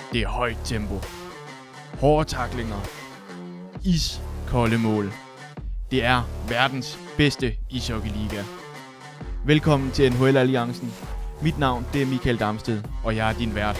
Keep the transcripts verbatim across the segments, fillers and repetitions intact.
Det er højt tempo, hårde tacklinger, iskolde mål. Det er verdens bedste ishockeyliga. Velkommen til N H L-alliancen. Mit navn det er Michael Damsted, og jeg er din vært.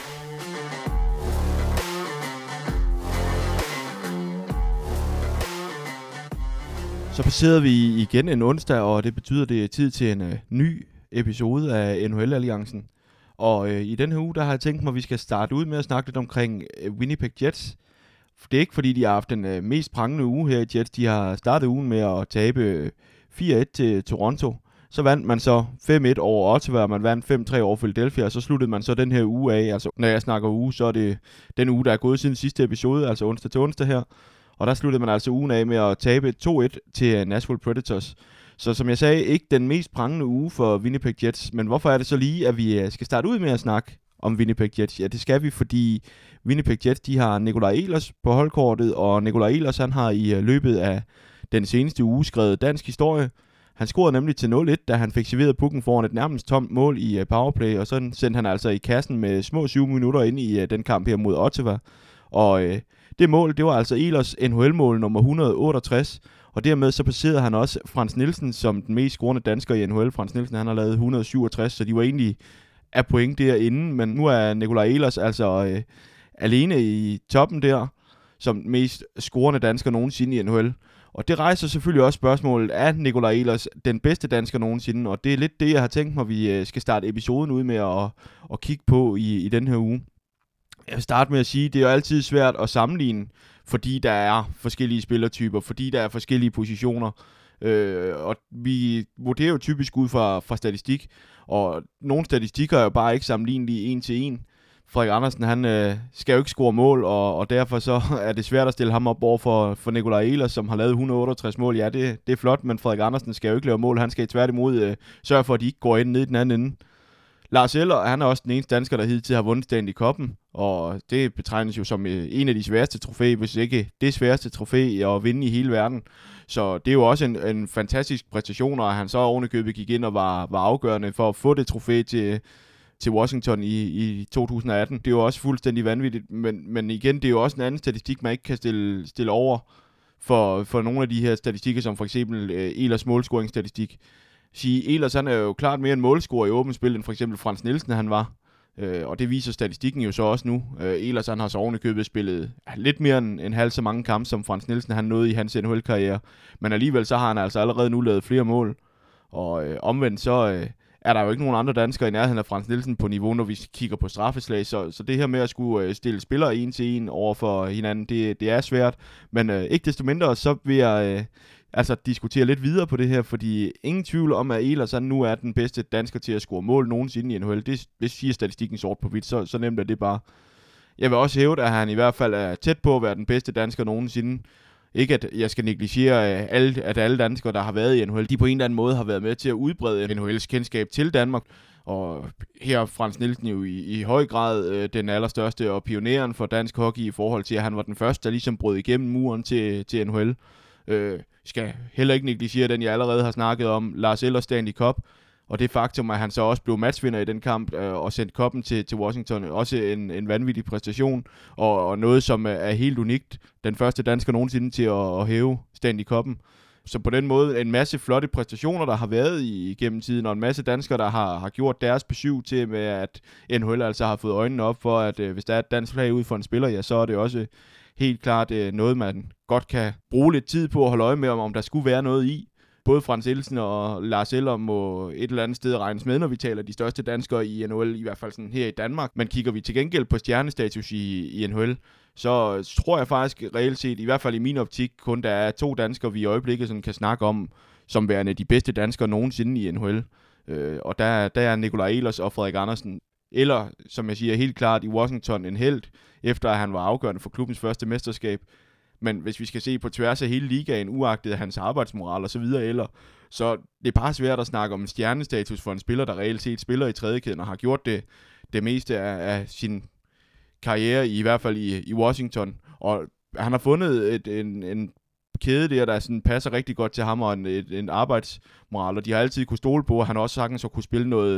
Så passerede vi igen en onsdag, og det betyder, det er tid til en uh, ny episode af N H L-alliancen. Og uh, i den her uge, der har jeg tænkt mig, at vi skal starte ud med at snakke lidt omkring uh, Winnipeg Jets. Det er ikke fordi, de har haft den uh, mest prangende uge her i Jets. De har startet ugen med at tabe uh, fire et til Toronto. Så vandt man så fem et over Ottawa, man vandt fem tre over Philadelphia, og så sluttede man så den her uge af. Altså, når jeg snakker uge, så er det den uge, der er gået siden sidste episode, altså onsdag til onsdag her. Og der sluttede man altså ugen af med at tabe to et til Nashville Predators. Så som jeg sagde, ikke den mest prangende uge for Winnipeg Jets. Men hvorfor er det så lige, at vi skal starte ud med at snakke om Winnipeg Jets? Ja, det skal vi, fordi Winnipeg Jets, de har Nikolaj Ehlers på holdkortet, og Nikolaj Ehlers, han har i løbet af den seneste uge skrevet dansk historie. Han scorede nemlig til nul et, da han fik serveret pucken foran et nærmest tomt mål i powerplay, og så sendte han altså i kassen med små syv minutter ind i den kamp her mod Ottawa. Og øh, det mål, det var altså Ehlers N H L-mål nummer et hundrede og otteogtres, og dermed så passerede han også Frans Nielsen som den mest scorende dansker i N H L. Frans Nielsen, han har lavet et hundrede og syvogtres, så de var egentlig af point derinde, men nu er Nikolaj Ehlers altså øh, alene i toppen der, som den mest scorende dansker nogensinde i N H L. Og det rejser selvfølgelig også spørgsmålet, er Nikolaj Ehlers den bedste dansker nogensinde? Og det er lidt det, jeg har tænkt mig, vi skal starte episoden ud med at, at kigge på i, i den her uge. Jeg vil starte med at sige, at det er jo altid svært at sammenligne, fordi der er forskellige spillertyper, fordi der er forskellige positioner. Øh, og vi vurderer jo typisk ud fra, fra statistik, og nogle statistikker er jo bare ikke sammenlignelige en til en. Frederik Andersen, han øh, skal jo ikke score mål, og, og derfor så er det svært at stille ham op over for, for Nikolaj Ehlers, som har lavet et hundrede og otteogtres mål. Ja, det, det er flot, men Frederik Andersen skal jo ikke lave mål. Han skal tværtimod øh, sørge for, at de ikke går ind ned i den anden ende. Lars Eller, han er også den eneste dansker, der hidtil har vundet Stanley Cup'en, og det betegnes jo som øh, en af de sværeste trofæer, hvis ikke det sværeste trofæ at vinde i hele verden. Så det er jo også en, en fantastisk præstation, og han så ovenikøbet gik ind og var, var afgørende for at få det trofæ til... til Washington i, i to tusind atten. Det er jo også fuldstændig vanvittigt, men, men igen, det er jo også en anden statistik, man ikke kan stille, stille over for, for nogle af de her statistikker, som for eksempel uh, Ehlers målscoringsstatistik. Sige, Ehlers, han er jo klart mere en målscorer i åbent spil, end for eksempel Frans Nielsen, han var. Uh, og det viser statistikken jo så også nu. Uh, Ehlers, han har så ovenikøbet spillet lidt mere end en halv så mange kampe, som Frans Nielsen, han nåede i hans N H L-karriere. Men alligevel, så har han altså allerede nu lavet flere mål. Og uh, omvendt, så... Uh, er der jo ikke nogen andre danskere i nærheden af Frans Nielsen på niveau, når vi kigger på straffeslag. Så, så det her med at skulle stille spillere en til en over for hinanden, det, det er svært. Men øh, ikke desto mindre, så vil jeg øh, altså diskutere lidt videre på det her, fordi ingen tvivl om, at Ehlers nu er den bedste dansker til at score mål nogensinde i N H L. Det, det siger statistikken sort på hvidt, så, så nemt er det bare. Jeg vil også hævde, at han i hvert fald er tæt på at være den bedste dansker nogensinde. Ikke at jeg skal negligere, alle, at alle danskere, der har været i N H L, de på en eller anden måde har været med til at udbrede N H L's kendskab til Danmark. Og her er Frans Nielsen jo i, i høj grad øh, den allerstørste og pioneren for dansk hockey i forhold til, at han var den første, der ligesom brød igennem muren til, til N H L. Øh, skal heller ikke negligere den, jeg allerede har snakket om, Lars Eller Stanley Cup. Og det faktum, at han så også blev matchvinder i den kamp øh, og sendte koppen til, til Washington, også en, en vanvittig præstation, og, og noget, som er, er helt unikt. Den første dansker nogensinde til at, at hæve Stanley Cup'en. Så på den måde en masse flotte præstationer, der har været i, gennem tiden, og en masse danskere, der har, har gjort deres besøg til, med at N H L altså har fået øjnene op for, at øh, hvis der er et dansk flag ud for en spiller, ja, så er det også helt klart øh, noget, man godt kan bruge lidt tid på at holde øje med, om, om der skulle være noget i. Både Frans Nielsen og Lars Eller må et eller andet sted regnes med, når vi taler de største danskere i N H L, i hvert fald sådan her i Danmark. Men kigger vi til gengæld på stjernestatus i, i N H L, så tror jeg faktisk reelt set, i hvert fald i min optik, kun der er to danskere, vi i øjeblikket sådan kan snakke om, som værende de bedste danskere nogensinde i N H L. Øh, og der, der er Nikolaj Ehlers og Frederik Andersen. Eller, som jeg siger, helt klart i Washington en helt, efter at han var afgørende for klubbens første mesterskab. Men hvis vi skal se på tværs af hele ligaen, uagtet hans arbejdsmoral og så videre, eller, så det er bare svært at snakke om en stjernestatus for en spiller, der reelt set spiller i tredjekæden og har gjort det, det meste af, af sin karriere, i, i hvert fald i, i Washington. Og han har fundet et, en, en kæde der, der sådan passer rigtig godt til ham, og en, et, en arbejdsmoral, og de har altid kunne stole på, at han også sagtens så kunne spille noget,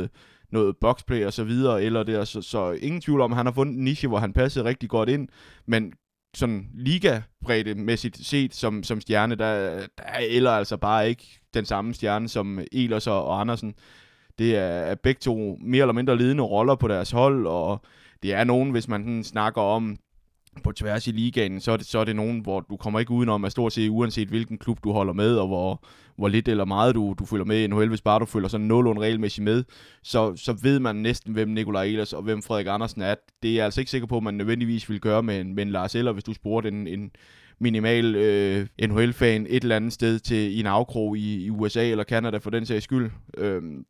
noget boxplay og så videre, eller det, så, så ingen tvivl om, at han har fundet en niche, hvor han passede rigtig godt ind, men sådan liga-bredde-mæssigt set som, som stjerne, der, der er eller altså bare ikke den samme stjerne som Ehlers og, og Andersen. Det er, er begge to mere eller mindre ledende roller på deres hold, og det er nogen, hvis man snakker om på tværs i ligaen, så er, det, så er det nogen, hvor du kommer ikke udenom, at stort set uanset hvilken klub du holder med, og hvor, hvor lidt eller meget du, du følger med i N H L, hvis bare du følger sådan nogenlunde regelmæssigt med, så, så ved man næsten, hvem Nikolaj Ehlers og hvem Frederik Andersen er. Det er jeg altså ikke sikker på, at man nødvendigvis vil gøre med en, med en Lars Eller, hvis du spurgte en, en minimal øh, N H L-fan et eller andet sted til i en afkrog i, i U S A eller Canada for den sags skyld. Øhm,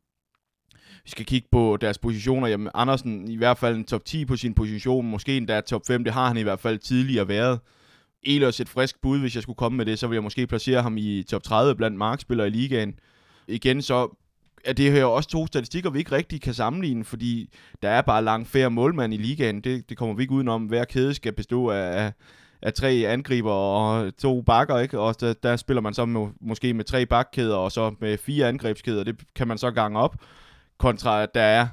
Vi skal kigge på deres positioner. Jamen, Andersen i hvert fald en top ti på sin position, måske endda top fem, det har han i hvert fald tidligere været. Ehlers et frisk bud, hvis jeg skulle komme med det, så vil jeg måske placere ham i top tredive blandt markspillere i ligaen. Igen så er det her også to statistikker, vi ikke rigtig kan sammenligne, fordi der er bare langt færre målmænd i ligaen. Det, det kommer vi ikke udenom. Hver kæde skal bestå af, af tre angriber og to bakker, ikke? Og der, der spiller man så med, måske med tre bakkæder og så med fire angrebskæder. Det kan man så gange op, kontra at der er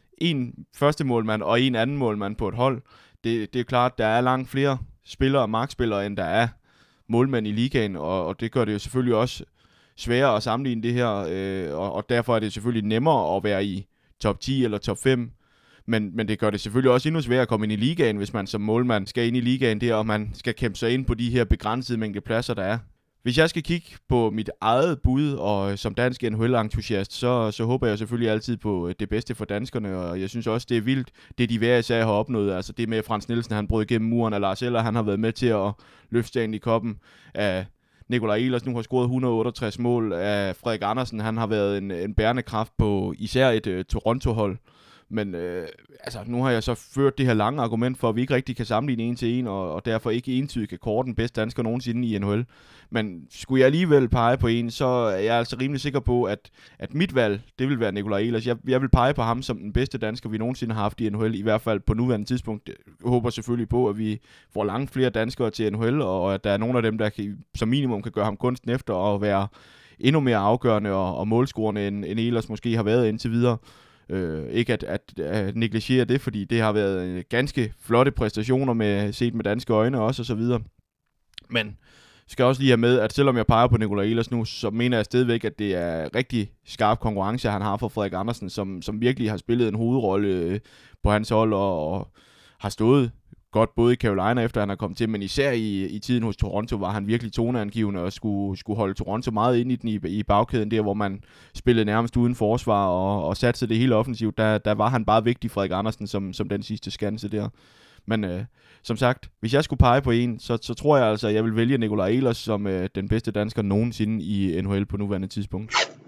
en første målmand og en anden målmand på et hold. Det, det er klart, at der er langt flere spillere og markspillere, end der er målmænd i ligaen, og, og det gør det jo selvfølgelig også sværere at sammenligne det her, øh, og, og derfor er det selvfølgelig nemmere at være i top ti eller top fem, men, men det gør det selvfølgelig også endnu sværere at komme ind i ligaen, hvis man som målmand skal ind i ligaen der, og man skal kæmpe sig ind på de her begrænsede mængde pladser, der er. Hvis jeg skal kigge på mit eget bud, og som dansk N H L-entusiast, så, så håber jeg selvfølgelig altid på det bedste for danskerne, og jeg synes også, det er vildt, det de hver især har opnået. Altså det med Frans Nielsen, han brød igennem muren, og Lars Eller, han har været med til at løfte Stanley Cup'en. Af Nikolaj Ehlers nu har scoret et hundrede og otteogtres mål. Af Frederik Andersen, han har været en, en bærende kraft på især et uh, Toronto-hold. Men øh, altså, nu har jeg så ført det her lange argument for, at vi ikke rigtig kan sammenligne en til en, og, og derfor ikke entydigt kan kåre den bedste dansker nogensinde i N H L. Men skulle jeg alligevel pege på en, så er jeg altså rimelig sikker på, at, at mit valg, det vil være Nikolaj Ehlers. Jeg, jeg vil pege på ham som den bedste dansker, vi nogensinde har haft i N H L, i hvert fald på nuværende tidspunkt. Jeg håber selvfølgelig på, at vi får langt flere danskere til N H L, og at der er nogle af dem, der kan, som minimum kan gøre ham kunsten efter og være endnu mere afgørende og, og målscorende, end, end Ehlers måske har været indtil videre. Øh, ikke at, at, at negligere det, fordi det har været ganske flotte præstationer med, set med danske øjne også og så videre. Men skal også lige have med, at selvom jeg peger på Nikolaj Ehlers nu, så mener jeg stadigvæk, at det er rigtig skarp konkurrence, han har for Frederik Andersen, som, som virkelig har spillet en hovedrolle på hans hold og, og har stået godt både i Carolina, efter han er kommet til, men især i, i tiden hos Toronto var han virkelig toneangivende og skulle, skulle holde Toronto meget ind i den i, i bagkæden, der hvor man spillede nærmest uden forsvar og, og satte det hele offensivt. Der, der var han bare vigtig, Frederik Andersen, som, som den sidste skanse der. Men øh, som sagt, hvis jeg skulle pege på en, så, så tror jeg altså, at jeg vil vælge Nikolaj Ehlers som øh, den bedste dansker nogensinde i N H L på nuværende tidspunkt.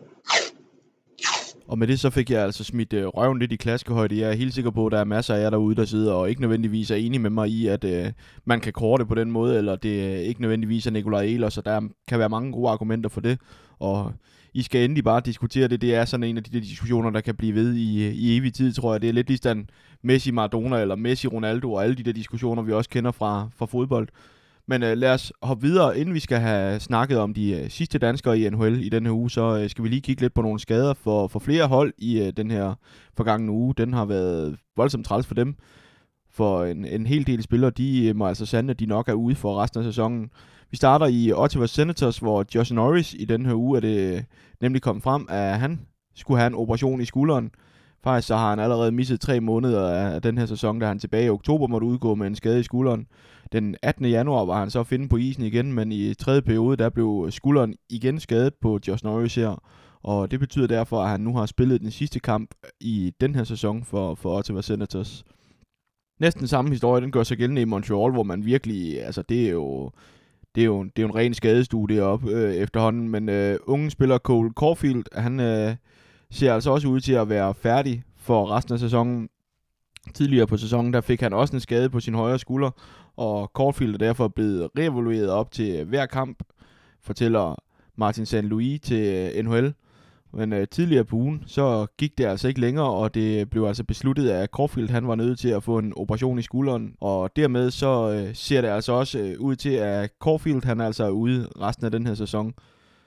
Og med det så fik jeg altså smidt øh, røven lidt i klaskehøjde. Jeg er helt sikker på, at der er masser af jer derude, der sidder og ikke nødvendigvis er enige med mig i, at øh, man kan kåre det på den måde, eller det øh, ikke nødvendigvis er Nikolaj Ehlers, så der kan være mange gode argumenter for det. Og I skal endelig bare diskutere det. Det er sådan en af de der diskussioner, der kan blive ved i, i evig tid, tror jeg. Det er lidt ligesom Messi Maradona eller Messi Ronaldo og alle de der diskussioner, vi også kender fra, fra fodbold. Men øh, lad os hoppe videre, inden vi skal have snakket om de øh, sidste danskere i N H L i denne uge, så øh, skal vi lige kigge lidt på nogle skader for, for flere hold i øh, den her forgangne uge. Den har været voldsomt træls for dem. For en, en hel del spillere, de øh, må altså sande, at de nok er ude for resten af sæsonen. Vi starter i Ottawa Senators, hvor Josh Norris i den her uge er det nemlig kommet frem, at han skulle have en operation i skulderen. Faktisk så har han allerede misset tre måneder af den her sæson, da han tilbage i oktober måtte udgå med en skade i skulderen. Den attende januar var han så at finde på isen igen, men i tredje periode, der blev skulderen igen skadet på Josh Norris her. Og det betyder derfor, at han nu har spillet den sidste kamp i den her sæson for, for Ottawa Senators. Næsten samme historie, den gør sig gældende i Montreal, hvor man virkelig, altså det er jo... Det er, jo, det er jo en ren skadestue deroppe øh, efterhånden, men øh, unge spiller Cole Caulfield, han øh, ser altså også ud til at være færdig for resten af sæsonen. Tidligere på sæsonen, der fik han også en skade på sin højre skulder, og Caulfield er derfor blevet reevalueret op til hver kamp, fortæller Martin Saint Louis til øh, N H L. Men øh, tidligere på ugen, så gik det altså ikke længere, og det blev altså besluttet, at Caulfield han var nødt til at få en operation i skulderen. Og dermed så øh, ser det altså også øh, ud til, at Caulfield han altså er ude resten af den her sæson.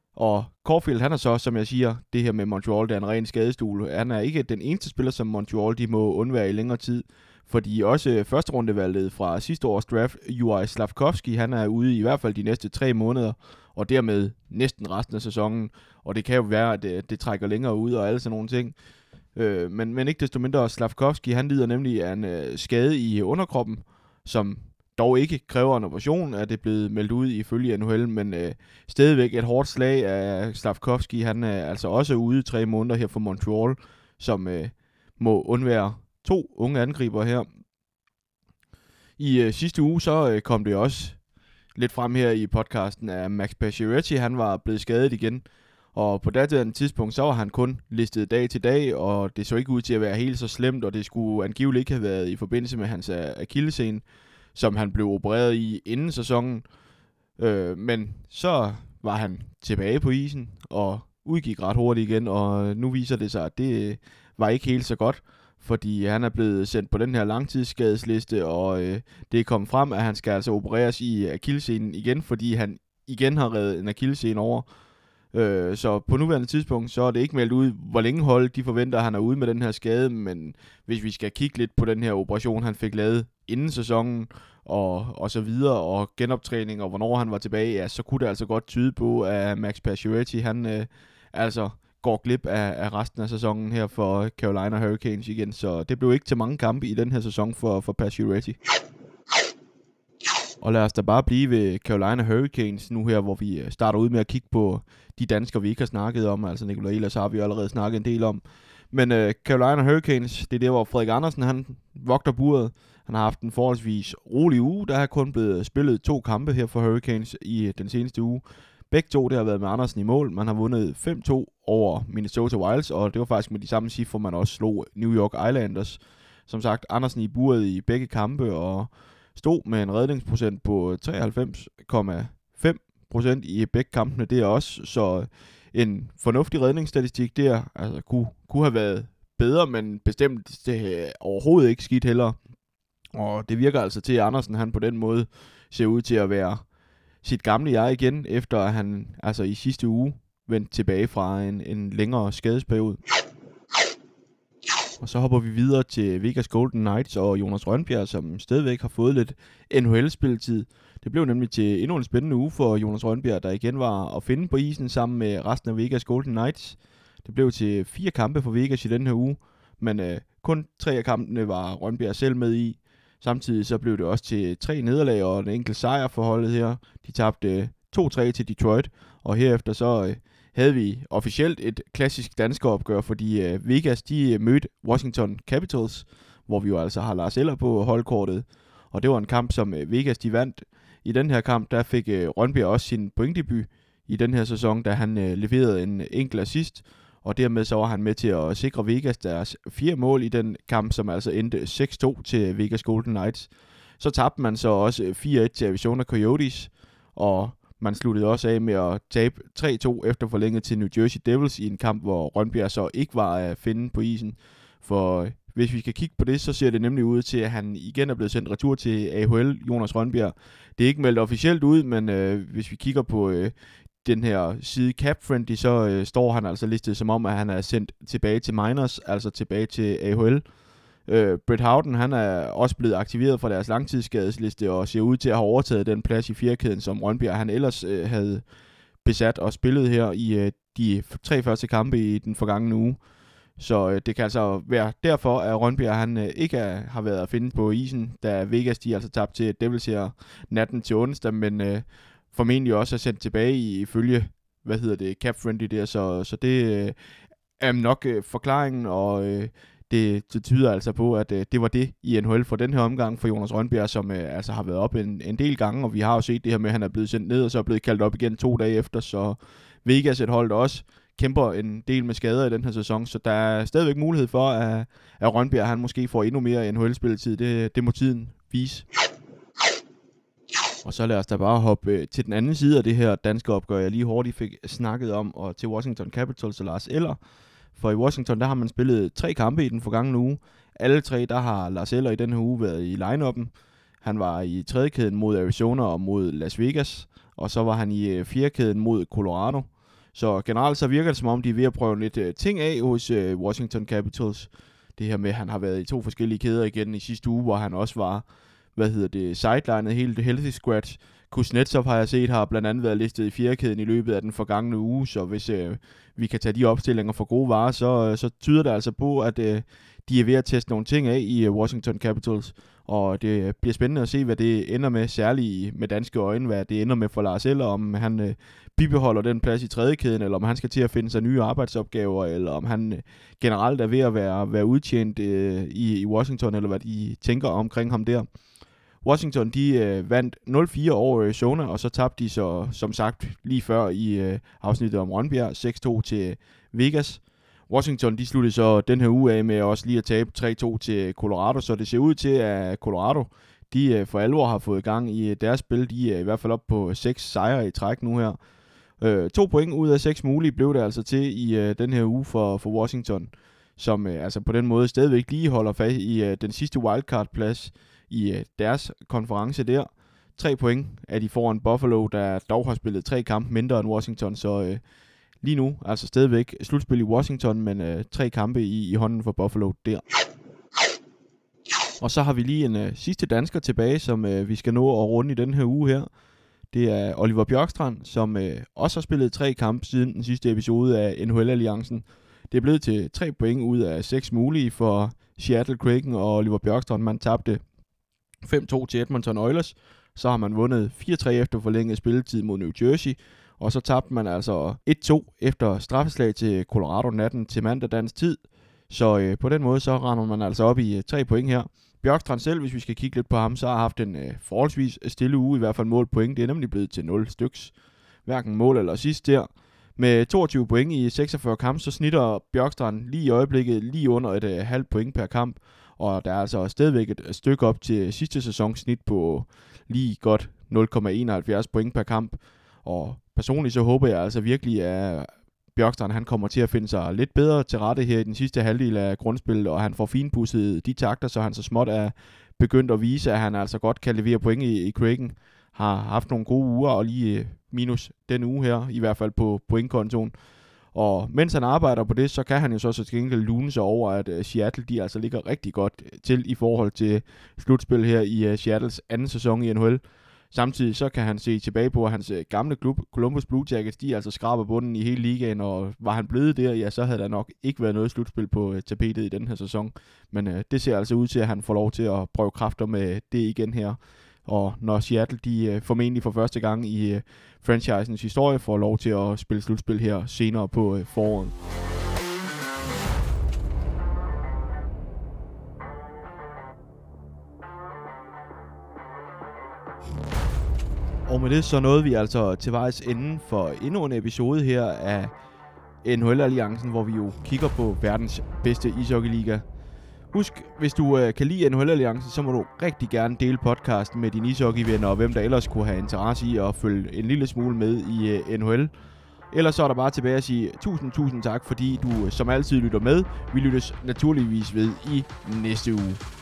Og Caulfield, han er så, som jeg siger, det her med Montreal, der er en ren skadestue. Han er ikke den eneste spiller, som Montreal de må undvære i længere tid. Fordi også første rundevalget fra sidste års draft, Juraj Slafkovský, han er ude i hvert fald de næste tre måneder, og dermed næsten resten af sæsonen. Og det kan jo være, at det, det trækker længere ud og alle sådan nogle ting. Øh, men, men ikke desto mindre, Slafkovský, han lider nemlig af en øh, skade i underkroppen, som dog ikke kræver en operation, er det blevet meldt ud ifølge N H L, men øh, stadigvæk et hårdt slag af Slafkovský. Han er altså også ude i tre måneder her for Montreal, som øh, må undvære to unge angriber her. I øh, sidste uge så øh, kom det også lidt frem her i podcasten, at Max Pacioretty, han var blevet skadet igen. Og på det tidspunkt, så var han kun listet dag til dag, og det så ikke ud til at være helt så slemt, og det skulle angiveligt ikke have været i forbindelse med hans akillescene, som han blev opereret i inden sæsonen. Øh, men så var han tilbage på isen, og udgik ret hurtigt igen, og nu viser det sig, at det var ikke helt så godt, fordi han er blevet sendt på den her langtidsskadesliste, og øh, det er kommet frem, at han skal altså opereres i akillescenen igen, fordi han igen har revet en akillescene over. Øh, så på nuværende tidspunkt, så er det ikke meldt ud, hvor længe hold de forventer, at han er ude med den her skade, men hvis vi skal kigge lidt på den her operation, han fik lavet inden sæsonen, og, og så videre, og genoptræning, og hvornår han var tilbage, ja, så kunne det altså godt tyde på, at Max Pacioretty, han øh, altså går glip af, af resten af sæsonen her for Carolina Hurricanes igen, så det blev ikke til mange kampe i den her sæson for, for Pacioretty. Og lad os da bare blive ved Carolina Hurricanes nu her, hvor vi starter ud med at kigge på de danskere, vi ikke har snakket om. Altså Nikolaj Ehlers har vi jo allerede snakket en del om. Men uh, Carolina Hurricanes, det er der, hvor Frederik Andersen, han vogter buret. Han har haft en forholdsvis rolig uge. Der har kun blevet spillet to kampe her for Hurricanes i den seneste uge. Begge to, det har været med Andersen i mål. Man har vundet fem to over Minnesota Wilds, og det var faktisk med de samme cifre, man også slog New York Islanders. Som sagt, Andersen i buret i begge kampe, og stod med en redningsprocent på treoghalvfems komma fem procent i begge kampene. Det er også så en fornuftig redningsstatistik der. Altså kunne, kunne have været bedre, men bestemt det er overhovedet ikke skidt heller. Og det virker altså til, at Andersen han på den måde ser ud til at være sit gamle jeg igen, efter at han altså i sidste uge vendte tilbage fra en, en længere skadesperiode. Og så hopper vi videre til Vegas Golden Knights og Jonas Rønbjerg, som stadigvæk har fået lidt N H L-spilletid. Det blev nemlig til endnu en spændende uge for Jonas Rønbjerg, der igen var at finde på isen sammen med resten af Vegas Golden Knights. Det blev til fire kampe for Vegas i den her uge, men øh, kun tre af kampene var Rønbjerg selv med i. Samtidig så blev det også til tre nederlag og en enkelt sejr for holdet her. De tabte to tre til Detroit, og herefter så øh, havde vi officielt et klassisk danskeropgør, fordi øh, Vegas de mødte Washington Capitals, hvor vi jo altså har Lars Eller på holdkortet. Og det var en kamp, som øh, Vegas de vandt. I den her kamp, der fik øh, Rønbjerg også sin pointdebut i den her sæson, da han øh, leverede en enkelt assist. Og dermed så var han med til at sikre Vegas deres fire mål i den kamp, som altså endte seks to til Vegas Golden Knights. Så tabte man så også fire et til Arizona Coyotes, og man sluttede også af med at tabe tre to efter forlænget til New Jersey Devils i en kamp, hvor Rønbjerg så ikke var at finde på isen. For hvis vi skal kigge på det, så ser det nemlig ud til, at han igen er blevet sendt retur til A H L, Jonas Rønbjerg. Det er ikke meldt officielt ud, men øh, hvis vi kigger på øh, den her side CapFriendly, så øh, står han altså listet som om, at han er sendt tilbage til Miners, altså tilbage til A H L. Øh, Brett Howden, han er også blevet aktiveret fra deres langtidsskadesliste og ser ud til at have overtaget den plads i fjerkæden, som Rønbjerg han ellers øh, havde besat og spillet her i øh, de tre første kampe i den forgangne uge. Så øh, det kan altså være derfor, at Rønbjerg han øh, ikke er, har været at finde på isen, da Vegas de altså tabte til Devils her natten til onsdag, men øh, formentlig også er sendt tilbage i følge, hvad hedder det, CapFriendly der, så, så det øh, er nok øh, forklaringen, og øh, det, det tyder altså på, at øh, det var det i N H L for den her omgang for Jonas Rønbjerg, som øh, altså har været op en, en del gange, og vi har jo set det her med, at han er blevet sendt ned, og så er blevet kaldt op igen to dage efter, så Vegas et hold, der også kæmper en del med skader i den her sæson, så der er stadigvæk mulighed for, at, at Rønbjerg han måske får endnu mere N H L-spilletid. Det, det må tiden vise. Og så lad os da bare hoppe til den anden side af det her danske opgør, jeg lige hurtigt fik snakket om, og til Washington Capitals og Lars Eller. For i Washington, der har man spillet tre kampe i den forgangne uge. Alle tre, der har Lars Eller i den her uge været i line-up'en. Han var i tredjekæden mod Arizona og mod Las Vegas, og så var han i fjerkæden mod Colorado. Så generelt så virker det som om, de er ved at prøve lidt uh, ting af hos uh, Washington Capitals. Det her med, at han har været i to forskellige kæder igen i sidste uge, hvor han også var, hvad hedder det, sidelinet helt healthy scratch. Kuznetsov har jeg set, har blandt andet været listet i fjerkæden i løbet af den forgangne uge, så hvis øh, vi kan tage de opstillinger for gode varer, så, øh, så tyder det altså på, at øh, de er ved at teste nogle ting af i øh, Washington Capitals, og det bliver spændende at se, hvad det ender med, særligt med danske øjne, hvad det ender med for Lars Eller, om han øh, bibeholder den plads i tredje kæden, eller om han skal til at finde sig nye arbejdsopgaver, eller om han øh, generelt er ved at være, være udtjent øh, i, i Washington, eller hvad de tænker omkring ham der. Washington, de øh, vandt nul fire over Arizona, og så tabte de så, som sagt, lige før i øh, afsnittet om Rønbjerg, seks to til Vegas. Washington, de sluttede så den her uge af med også lige at tabe tre to til Colorado, så det ser ud til, at Colorado, de øh, for alvor har fået gang i deres spil. De er i hvert fald op på seks sejre i træk nu her. Øh, to point ud af seks mulige blev det altså til i øh, den her uge for, for Washington, som øh, altså på den måde stadigvæk lige holder fast i øh, den sidste wildcard-plads i øh, deres konference der. Tre point er de foran Buffalo, der dog har spillet tre kampe mindre end Washington, så øh, lige nu altså stadigvæk slutspil i Washington, men øh, tre kampe i, i hånden for Buffalo der. Og så har vi lige en øh, sidste dansker tilbage, som øh, vi skal nå at runde i den her uge her. Det er Oliver Bjørkstrand, som øh, også har spillet tre kampe siden den sidste episode af N H L-alliancen. Det er blevet til tre point ud af seks mulige for Seattle Kraken, og Oliver Bjørkstrand, man tabte fem to til Edmonton Oilers. Så har man vundet fire tre efter forlænget spilletid mod New Jersey, og så tabte man altså et to efter straffeslag til Colorado natten til mandag dansk tid. Så øh, på den måde så render man altså op i øh, tre point her. Bjørkstrand selv, hvis vi skal kigge lidt på ham, så har haft en øh, forholdsvis stille uge, i hvert fald mål point. Det er nemlig blevet til nul styks. Hverken mål eller sidst der. Med toogtyve point i seksogfyrre kampe, så snitter Bjørkstrand lige i øjeblikket lige under et øh, halvt point per kamp. Og der er altså stadigvæk et stykke op til sidste sæsons snit på lige godt nul komma enoghalvfjerds point per kamp. Og personligt så håber jeg altså virkelig, at Bjørkstrand han kommer til at finde sig lidt bedre til rette her i den sidste halvdel af grundspillet, og han får finpudset de takter, så han så småt er begyndt at vise, at han altså godt kan levere point i, i Kraken. Har haft nogle gode uger, og lige minus den uge her, i hvert fald på pointkontoen. Og mens han arbejder på det, så kan han jo så til gengæld lune sig over, at uh, Seattle de altså ligger rigtig godt til i forhold til slutspil her i uh, Seattles anden sæson i N H L. Samtidig så kan han se tilbage på, at hans uh, gamle klub, Columbus Blue Jackets, de altså skraber bunden i hele ligaen, og var han blevet der, ja, så havde der nok ikke været noget slutspil på uh, tapetet i den her sæson. Men uh, det ser altså ud til, at han får lov til at prøve kræfter med det igen her. Og når Seattle, de uh, formentlig for første gang i uh, franchisens historie, får lov til at spille slutspil her senere på uh, foråret. Og med det så nåede vi altså til vejs ende for endnu en episode her af N H L-alliancen, hvor vi jo kigger på verdens bedste ishockeyliga. Husk, hvis du øh, kan lide N H L-alliancen, så må du rigtig gerne dele podcasten med dine ishockeyvenner og hvem der ellers kunne have interesse i at følge en lille smule med i øh, N H L. Ellers så er der bare tilbage at sige tusind, tusind tak, fordi du som altid lytter med. Vi lyttes naturligvis ved i næste uge.